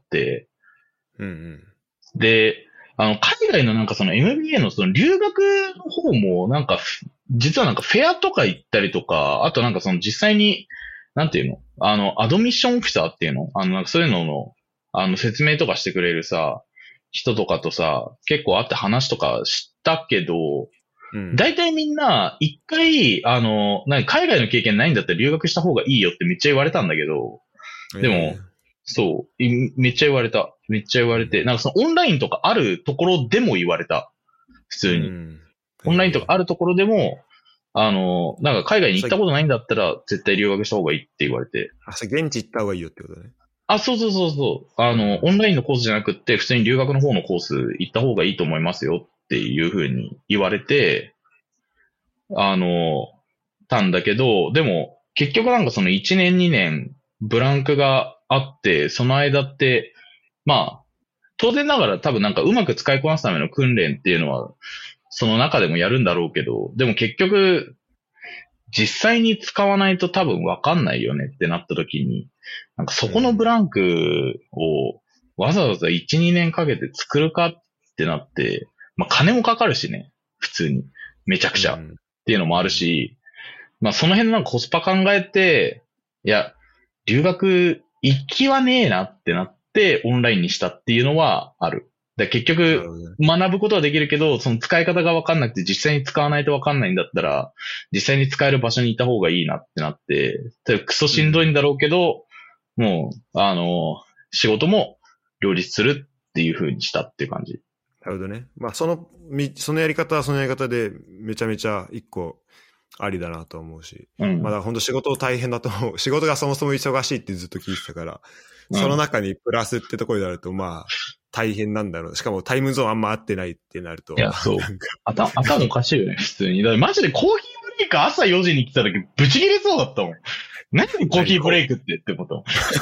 うんうん、で、あの、海外のなんかその エムビーエー のその留学の方もなんか、実はなんかフェアとか行ったりとか、あとなんかその実際に、なんていうのあの、アドミッションオフィサーっていうのあの、なんかそういうのの、あの、説明とかしてくれるさ、人とかとさ、結構会って話とかしたけど、うん、大体みんな、一回、あの、な海外の経験ないんだったら留学した方がいいよってめっちゃ言われたんだけど、でも、えー、そう、めっちゃ言われた。めっちゃ言われて、なんかそのオンラインとかあるところでも言われた。普通に。うん、オンラインとかあるところでも、あの、なんか海外に行ったことないんだったら絶対留学した方がいいって言われて。 あ、それ現地行った方がいいよってことね。 あ、そうそうそうそう。あの、オンラインのコースじゃなくって、普通に留学の方のコース行った方がいいと思いますよっていう風に言われて、あの、たんだけど、でも、 結局なんかそのいちねんにねんブランクがあって、その間って、まあ、当然ながら多分なんかうまく使いこなすための訓練っていうのは、その中でもやるんだろうけど、でも結局、実際に使わないと多分わかんないよねってなった時に、なんかそこのブランクをわざわざいち、にねんかけて作るかってなって、まあ金もかかるしね、普通に。めちゃくちゃ。っていうのもあるし、まあその辺のなんかコスパ考えて、いや、留学行きはねえなってなってオンラインにしたっていうのはある。だ結局、学ぶことはできるけど、その使い方がわかんなくて実際に使わないとわかんないんだったら、実際に使える場所にいた方がいいなってなって、クソしんどいんだろうけど、うん、もう、あの、仕事も両立するっていう風にしたっていう感じ。 なるほどね。まあ、その、そのやり方はそのやり方でめちゃめちゃ一個ありだなと思うし、うん、まだ本当仕事大変だと思う。仕事がそもそも忙しいってずっと聞いてたから、うん、その中にプラスってところになると、まあ、大変なんだろう。しかもタイムゾーンあんま合ってないってなると。 いや、そう。頭、頭おかしいよね、普通に。だからマジでコーヒーブレイク朝よじに来た時ブチ切れそうだったもん。何コーヒーブレイクってってこと。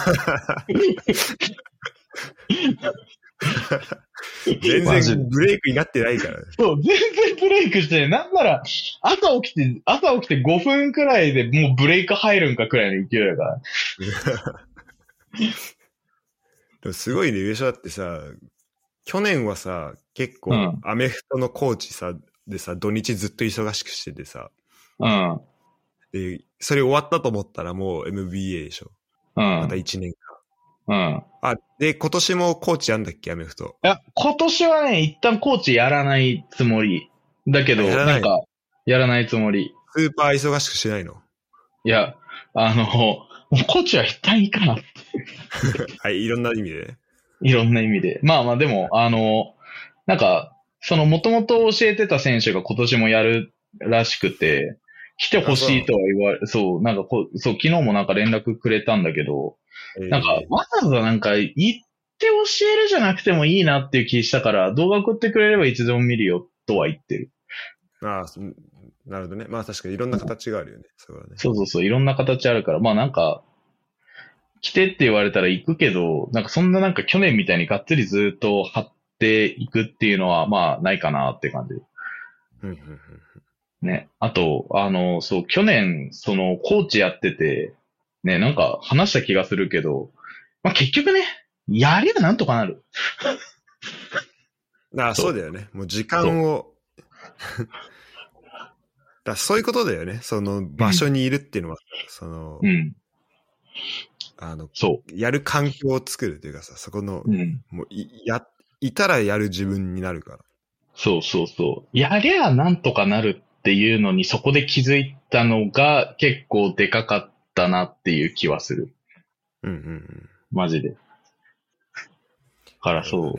全然ブレイクになってないから、ね。 そう、全然ブレイクして、なんなら朝起きて、朝起きてごふんくらいでもうブレイク入るんかくらいの勢いだから。 でもすごいね、上昇だってさ、去年はさ、結構、うん、アメフトのコーチさ、でさ、土日ずっと忙しくしててさ、 うん。 で、それ終わったと思ったらもう エムビーエー でしょ。 うん。 またいちねんかん。うん。 あ、で、今年もコーチやんだっけ、アメフト。 いや、今年はね、一旦コーチやらないつもり。だけど、なんか、やらないつもり。 スーパー忙しくしないの？ いや、あの、コーチは一旦いいかなって。 はい、いろんな意味で。 いろんな意味で。まあまあでも、あの、なんか、その元々教えてた選手が今年もやるらしくて、来てほしいとは言われ、そう、なんかこう、そう、昨日もなんか連絡くれたんだけど、えー、なんか、わざわざなんか言って教えるじゃなくてもいいなっていう気したから、動画送ってくれればいつでも見るよとは言ってる。 ああ、なるほどね。まあ確かにいろんな形があるよね。 そうだね。そうそうそう、いろんな形あるから、まあなんか、来てって言われたら行くけど、なんかそんななんか去年みたいにがっつりずっと張っていくっていうのはまあないかなって感じ。ね。あと、あの、そう、去年、そのコーチやってて、ね、なんか話した気がするけど、まあ結局ね、やりゃなんとかなる。 ああ、そうだよね。もう時間を。だそういうことだよね。その場所にいるっていうのは、うん、その、 うん。 あの、 そう。 やる環境を作るというかさ、そこの、 うん、 もうい、や、いたらやる自分になるから。 そうそうそう。やりゃなんとかなるっていうのにそこで気づいたのが結構でかかったなっていう気はする。 うんうんうん。 マジで。だからそう。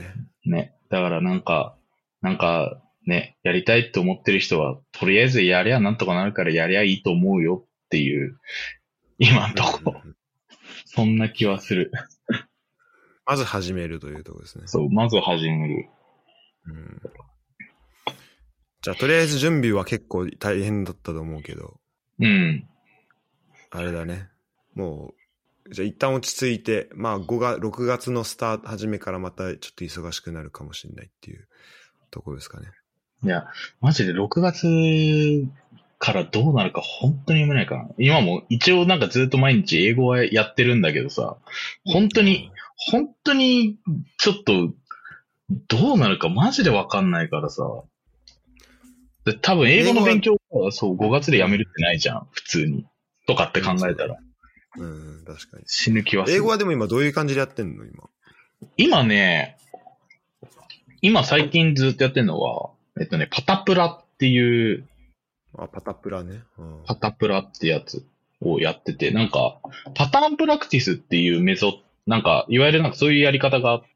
ね。ね。だからなんか、なんかね、やりたいって思ってる人は、とりあえずやりゃなんとかなるからやりゃいいと思うよっていう、今んとこ。うんうんうん、そんな気はする。 まず始めるというところですね。 そう、まず始める。 うん、じゃあ、とりあえず準備は結構大変だったと思うけど。 うん。 あれだね。もう、じゃあ一旦落ち着いて、まあごがつ、ろくがつのスタート始めからまたちょっと忙しくなるかもしれないっていうところですかね。 いや、マジでろくがつからどうなるか本当に読めないかな。今も一応なんかずっと毎日英語はやってるんだけどさ、本当に、うん、本当にちょっとどうなるかマジでわかんないからさ。で多分英語の勉強はそうごがつでやめるってないじゃん、普通に。とかって考えたら。 うん、確かに。 死ぬ気はする。 英語はでも今どういう感じでやってんの今。 今ね、今最近ずっとやってんのは、えっとね、パタプラっていう、 あ、パタプラね。 うん、パタプラってやつをやってて、なんか、パターンプラクティスっていうメソ、なんか、いわゆるなんかそういうやり方があって、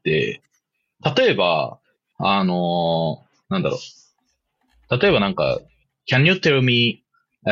例えば、あのー、なんだろう。例えばなんか、can you tell me,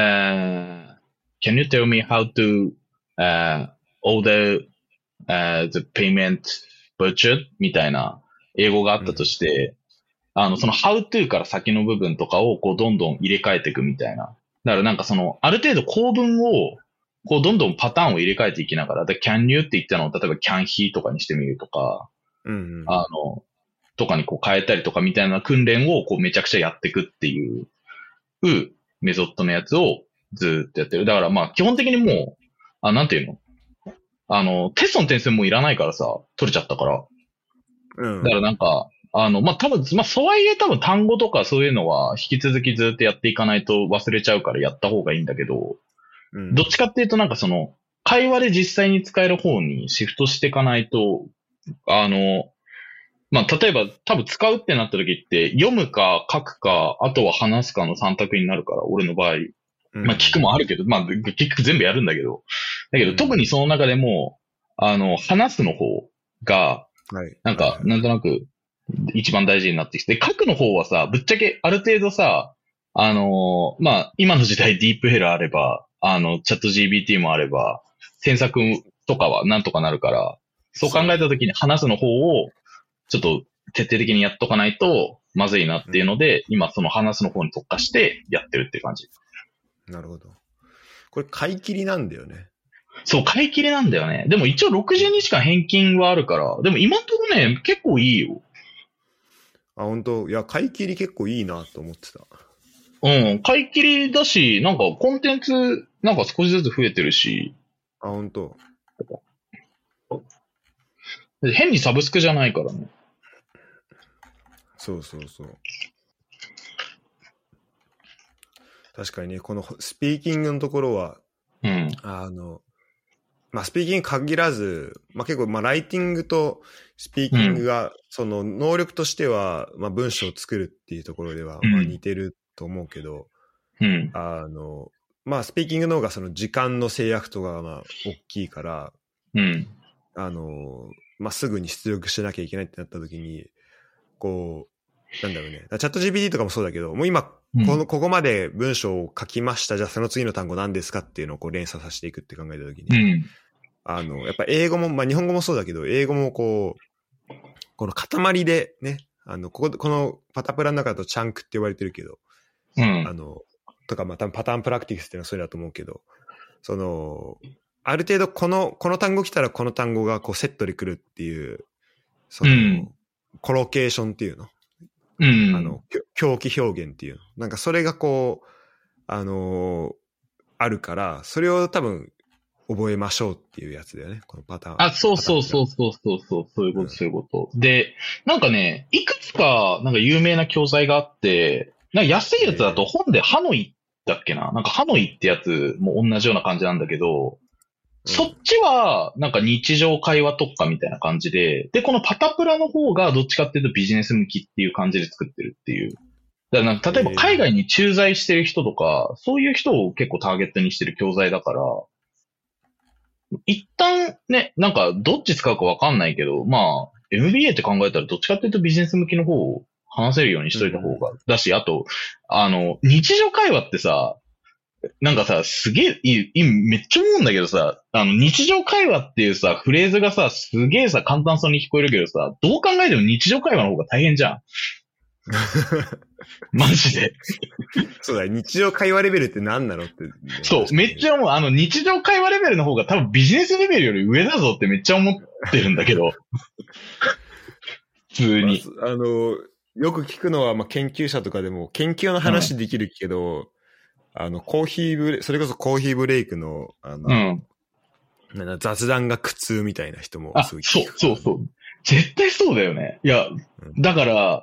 uh, can you tell me how to, uh, order, uh, the payment budget? みたいな英語があったとして、うん、あの、その how to から先の部分とかをこうどんどん入れ替えていくみたいな。だからなんかその、ある程度構文をこうどんどんパターンを入れ替えていきながら、で can you って言ったのを例えば can he とかにしてみるとか、 うんうん、 あの、とかにこう変えたりとかみたいな訓練をこうめちゃくちゃやっていくっていうメソッドのやつをずーっとやってる。だからまあ基本的にもう、あ、なんていうのあの、テストの点数もいらないからさ、取れちゃったから。 うん。 だからなんか、あの、まあ、多分、まあ、そうはいえ多分単語とかそういうのは引き続きずっとやっていかないと忘れちゃうからやった方がいいんだけど、 うん、 どっちかっていうとなんかその、会話で実際に使える方にシフトしていかないと、あの、まあ、例えば多分使うってなった時って読むか書くか、あとは話すかのさん択になるから、俺の場合。まあ、聞くもあるけど、まあ、結局全部やるんだけど。だけど、特にその中でも、あの、話すの方が、なんか、なんとなく、一番大事になってきて、書くの方はさ、ぶっちゃけある程度さ、あのー、まあ、今の時代ディープヘルあれば、あの、チャット ジーピーティー もあれば、詮索とかはなんとかなるから、そう考えたときに話すの方を、ちょっと徹底的にやっとかないと、まずいなっていうので、うん、今その話すの方に特化してやってるっていう感じ。 なるほど。これ買い切りなんだよね。 そう、買い切りなんだよね。でも一応ろくじゅうにちかん返金はあるから、でも今んとこね、結構いいよ。 あ、本当いや、買い切り結構いいなと思ってた。 うん、買い切りだし、なんかコンテンツ、なんか少しずつ増えてるし。 あ、本当変にサブスクじゃないからね。 そうそうそう。確かにね、このスピーキングのところは、 うん、 あの、まあ、スピーキング限らず、まあ、結構、まあ、ライティングとスピーキングが、その能力としては、まあ、文章を作るっていうところでは、まあ、似てると思うけど、 うん、 あの、まあ、スピーキングの方がその時間の制約とかがまあ大きいから、 うん、 あの、まあ、すぐに出力しなきゃいけないってなった時に、こう、なんだろうね。チャット ジーピーティー とかもそうだけど、もう今、この、ここまで文章を書きました。じゃあその次の単語何ですかっていうのをこう連鎖させていくって考えた時に、 うん、 あの、やっぱ英語も、まあ、日本語もそうだけど、英語もこう、この塊でね、あの、ここ、このパタプラの中だとチャンクって呼ばれてるけど、 うん、 あの、とか、まあ、多分パターンプラクティクスっていうのはそれだと思うけど、その、ある程度この、この単語来たらこの単語がこうセットで来るっていう、その、うん、コロケーションっていうの、 うん、 あの、狂気表現っていうの。なんかそれがこう、あのー、あるから、それを多分覚えましょうっていうやつだよね、このパターン。 あ、そうそうそうそうそうそう、そういうこと、そういうこと。うん、で、なんかね、いくつか、なんか有名な教材があって、なんか安いやつだと本でハノイだっけな、なんかハノイってやつも同じような感じなんだけど、うん、そっちは、なんか日常会話特化みたいな感じで、で、このパタプラの方がどっちかっていうとビジネス向きっていう感じで作ってるっていう。だからなんか例えば海外に駐在してる人とか、そういう人を結構ターゲットにしてる教材だから、一旦ね、なんかどっち使うかわかんないけど、まあ、エムビーエー って考えたらどっちかっていうとビジネス向きの方を話せるようにしといた方が、うん、だし、あと、あの、日常会話ってさ、なんかさ、すげえ、いい、めっちゃ思うんだけどさ、あの、日常会話っていうさ、フレーズがさ、すげえさ、簡単そうに聞こえるけどさ、どう考えても日常会話の方が大変じゃん。マジで。 そうだ、日常会話レベルって何なのって、ね。 そう、めっちゃ思う。あの、日常会話レベルの方が多分ビジネスレベルより上だぞってめっちゃ思ってるんだけど。普通に。 まあ、あの、よく聞くのは、まあ、研究者とかでも、研究の話できるけど、うん、あの、コーヒーブレ、それこそコーヒーブレイクの、あの、うん、なん雑談が苦痛みたいな人もすごい聞く。あ、そうそうそう。絶対そうだよね。いや、うん、だから、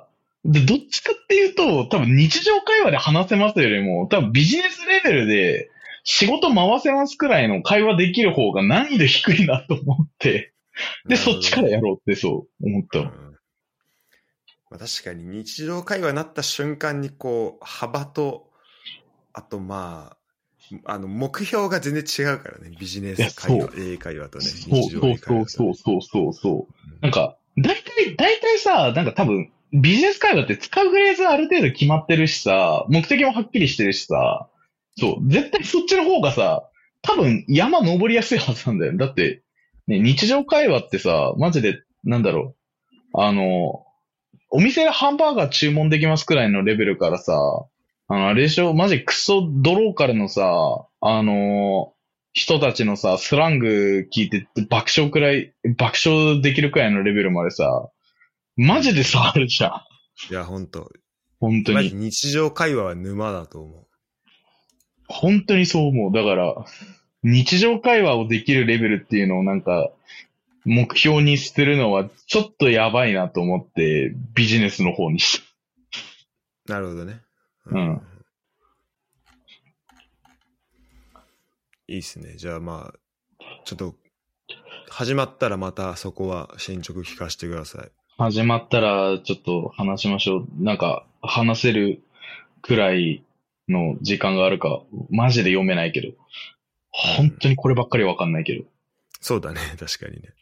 で、どっちかっていうと、多分日常会話で話せますよりも、多分ビジネスレベルで仕事回せますくらいの会話できる方が難易度低いなと思って、で、そっちからやろうってそう思った。うん、 まあ、確かに日常会話になった瞬間にこう、幅と、あとまあ、あの、目標が全然違うからね、ビジネス会話、英会話とね、日常会話と、ね。 そうそうそうそうそう。うん、なんか、大体、大体さ、なんか多分、ビジネス会話って使うフレーズある程度決まってるしさ、目的もはっきりしてるしさ、そう、絶対そっちの方がさ、多分山登りやすいはずなんだよ。だって、ね、日常会話ってさ、マジで、なんだろう、あの、お店でハンバーガー注文できますくらいのレベルからさ、あの、あれでしょ、マジクソドローカルのさ、あの、 人たちのさ、スラング聞いて爆笑くらい、爆笑できるくらいのレベルまでさ、マジで差あるじゃん。 いや、ほんと。 本当に。 マジ日常会話は沼だと思う。 本当にそう思う。だから、日常会話をできるレベルっていうのをなんか、目標にしてるのはちょっとやばいなと思って、ビジネスの方にした。 なるほどね。 うん。うん、 いいっすね。じゃあまあ、ちょっと、始まったらまたそこは進捗聞かせてください。 始まったらちょっと話しましょう。なんか、話せるくらいの時間があるか、マジで読めないけど。本当にこればっかりわかんないけど。 そうだね、確かにね。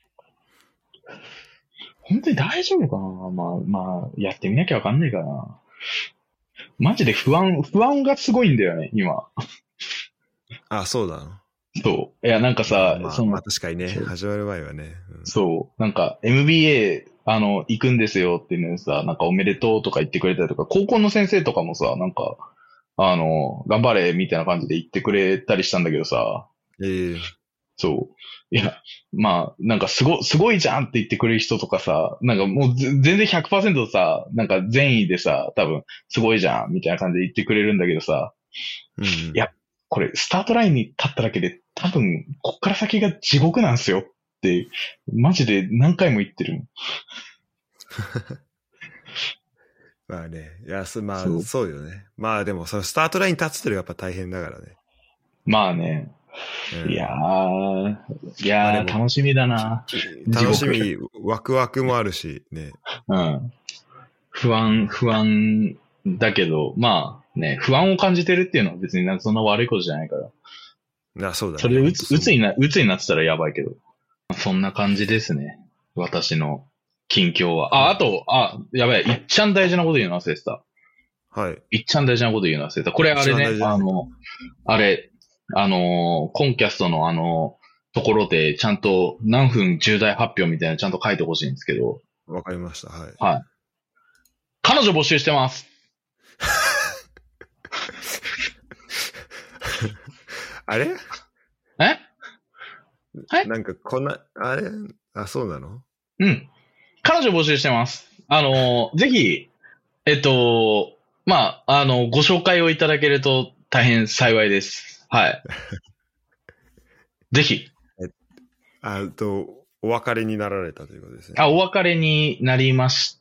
本当に大丈夫かな。まあ、まあ、やってみなきゃわかんないかな。マジで不安、不安がすごいんだよね、今。 あ、そうだな。 そう。いや、なんかさ、 まあ、 その、 まあ確かにね、始まる前はね。 うん、そう。なんか、エムビーエー、あの、行くんですよっていうのにさ、なんかおめでとうとか言ってくれたりとか、高校の先生とかもさ、なんか、あの、頑張れみたいな感じで言ってくれたりしたんだけどさ。 ええー。 そう。いや、まあ、なんかすご、すごいじゃんって言ってくれる人とかさ、なんかもう全然 ひゃくパーセント さ、なんか善意でさ、多分、すごいじゃんみたいな感じで言ってくれるんだけどさ、うん、いや、これ、スタートラインに立っただけで、多分、こっから先が地獄なんすよって、マジで何回も言ってる。 まあね、いや、そまあそう、そうよね。まあでも、そのスタートラインに立つってのがやっぱ大変だからね。 まあね。うん、いやー、いやー、楽しみだな。 楽しみ、ワクワクもあるし、ね。 うん。不安、不安だけど、まあね、不安を感じてるっていうのは別になんかそんな悪いことじゃないから。 あ、そうだね。 それでうつ、うつにな、うつになってたらやばいけど。そんな感じですね。私の近況は。あ、あと、あ、やばい。いっちゃん大事なこと言うの忘れてた。 はい。 いっちゃん大事なこと言うの忘れてた。これあれね、あの、あれ、あのー、コンキャストのあの、ところでちゃんと何分重大発表みたいなのちゃんと書いてほしいんですけど。 わかりました。はい。 はい。彼女募集してます。 あれえはい。 なんかこんな、あれあ、そうなの？ うん。彼女募集してます。あのー、ぜひ、えっと、まあ、あの、ご紹介をいただけると大変幸いです。はい。ぜひ。 えあと、お別れになられたということですね。 あ、お別れになりまして、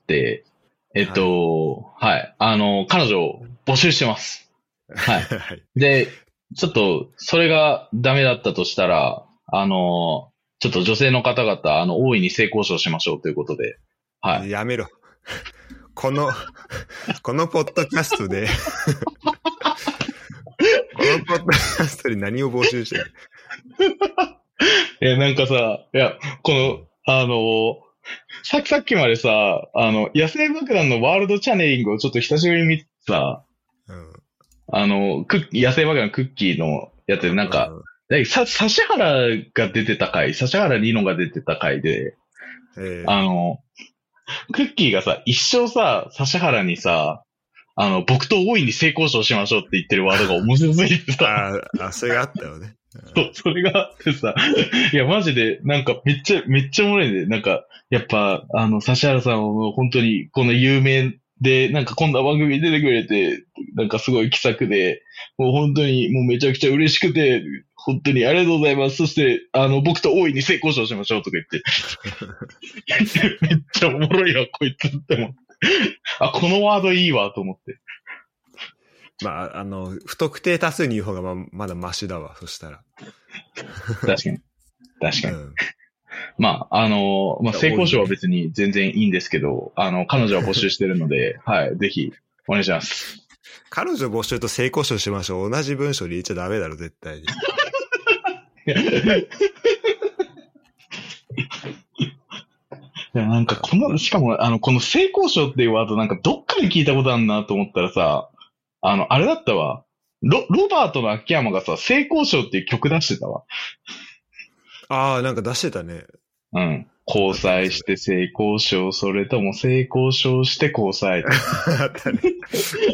えっと、はい、はい。あの、彼女を募集してます。はい。で、ちょっと、それがダメだったとしたら、あの、ちょっと女性の方々、あの、大いに性交渉しましょうということで、はい。 やめろ。この、このポッドキャストで、このポッドキャストで何を募集してる？ いや、なんかさ、いや、この、あの、さっきさっきまでさ、あの、野生爆弾のワールドチャネリングをちょっと久しぶりに見てさ、うん、あの、クッ野生爆弾クッキーのやつで、なんか、うん、さ、指原が出てた回、指原莉乃が出てた回で、えー、あの、クッキーがさ、一生さ、指原にさ、あの、僕と大いに性交渉しましょうって言ってるワードが面白すぎてさ。 ああ、それがあったよね。 そう、それがあってさ、いや、マジで、なんか、めっちゃ、めっちゃおもろいね。なんか、やっぱ、あの、指原さんはもう本当に、この有名で、なんかこんな番組に出てくれて、なんかすごい気さくで、もう本当に、もうめちゃくちゃ嬉しくて、本当にありがとうございます。そして、あの、僕と大いに性交渉しましょうとか言って。めっちゃおもろいわ、こいつって思って。あ、このワードいいわ、と思って。 まあ、あの、不特定多数に言う方がままだマシだわ、そしたら。 確かに。確かに。うん、まあ、あの、まあ、性交渉は別に全然いいんですけど、あの、彼女は募集してるので、はい、ぜひ、お願いします。 彼女募集と性交渉しましょう。同じ文章で言っちゃダメだろ、絶対に。 いや、なんか、この、しかも、あの、この性交渉っていうワードなんかどっかで聞いたことあるなと思ったらさ、あの、あれだったわ。ロ、ロバートの秋山がさ、性交渉っていう曲出してたわ。 ああ、なんか出してたね。 うん。交際して性交渉、それとも性交渉して交際。あったね。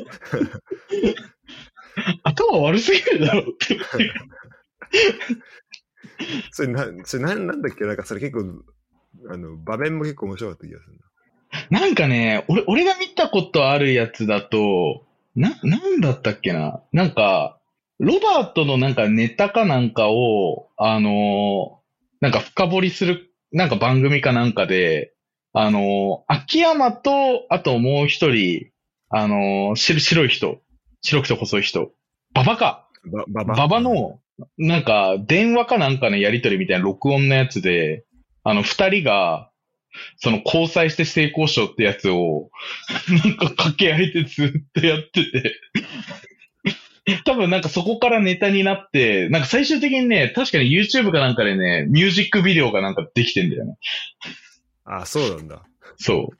頭悪すぎるだろって。 それな、それな、なんだっけ、なんかそれ結構、あの、場面も結構面白かった気がするな。なんかね、俺、俺が見たことあるやつだと、な、なんだったっけな。なんか、ロバートのなんかネタかなんかを、あのー、なんか深掘りする、なんか番組かなんかで、あのー、秋山と、あともう一人、あのー、白白い人、白くて細い人、ババか。 ば、ばば。 ババの、なんか、電話かなんかのやりとりみたいな録音のやつで、あの、二人が、その交際して性交渉ってやつを、なんか掛け合いでずっとやってて、多分なんかそこからネタになって、なんか最終的にね、確かに YouTube かなんかでね、ミュージックビデオがなんかできてんだよね。 あ、そうなんだ。 そう。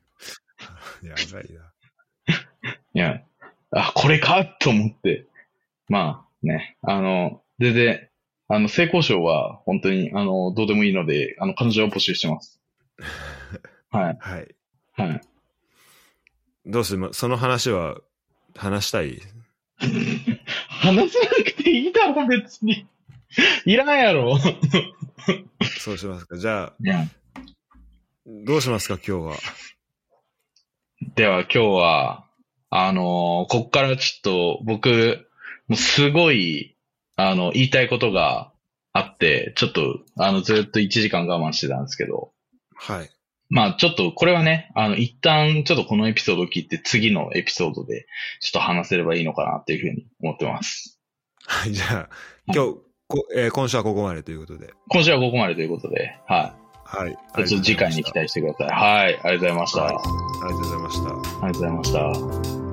やばいな。 いや、あ、これかと思って。まあね、あの、全然、あの、性交渉は本当に、あの、どうでもいいので、あの、彼女を募集してます。はい。 はい。 はい。 どうするその話は、話したい話さなくていいだろ、別に。いらないやろ。 そうしますか。じゃあ、 いやどうしますか、今日は。 では今日は、あのーこっからちょっと僕、もうすごい、あの、言いたいことがあって、ちょっと、あの、ずっといちじかん我慢してたんですけど、 はい。 まあちょっとこれはね、あの、一旦ちょっとこのエピソードを聞いて次のエピソードでちょっと話せればいいのかなっていうふうに思ってます。 はい、じゃあ、今日、こえー今週はここまでということで。 今週はここまでということで、はい。 はい。 ちょっと次回に期待してください。はい。ありがとうございました。 はい、ありがとうございました。 ありがとうございました。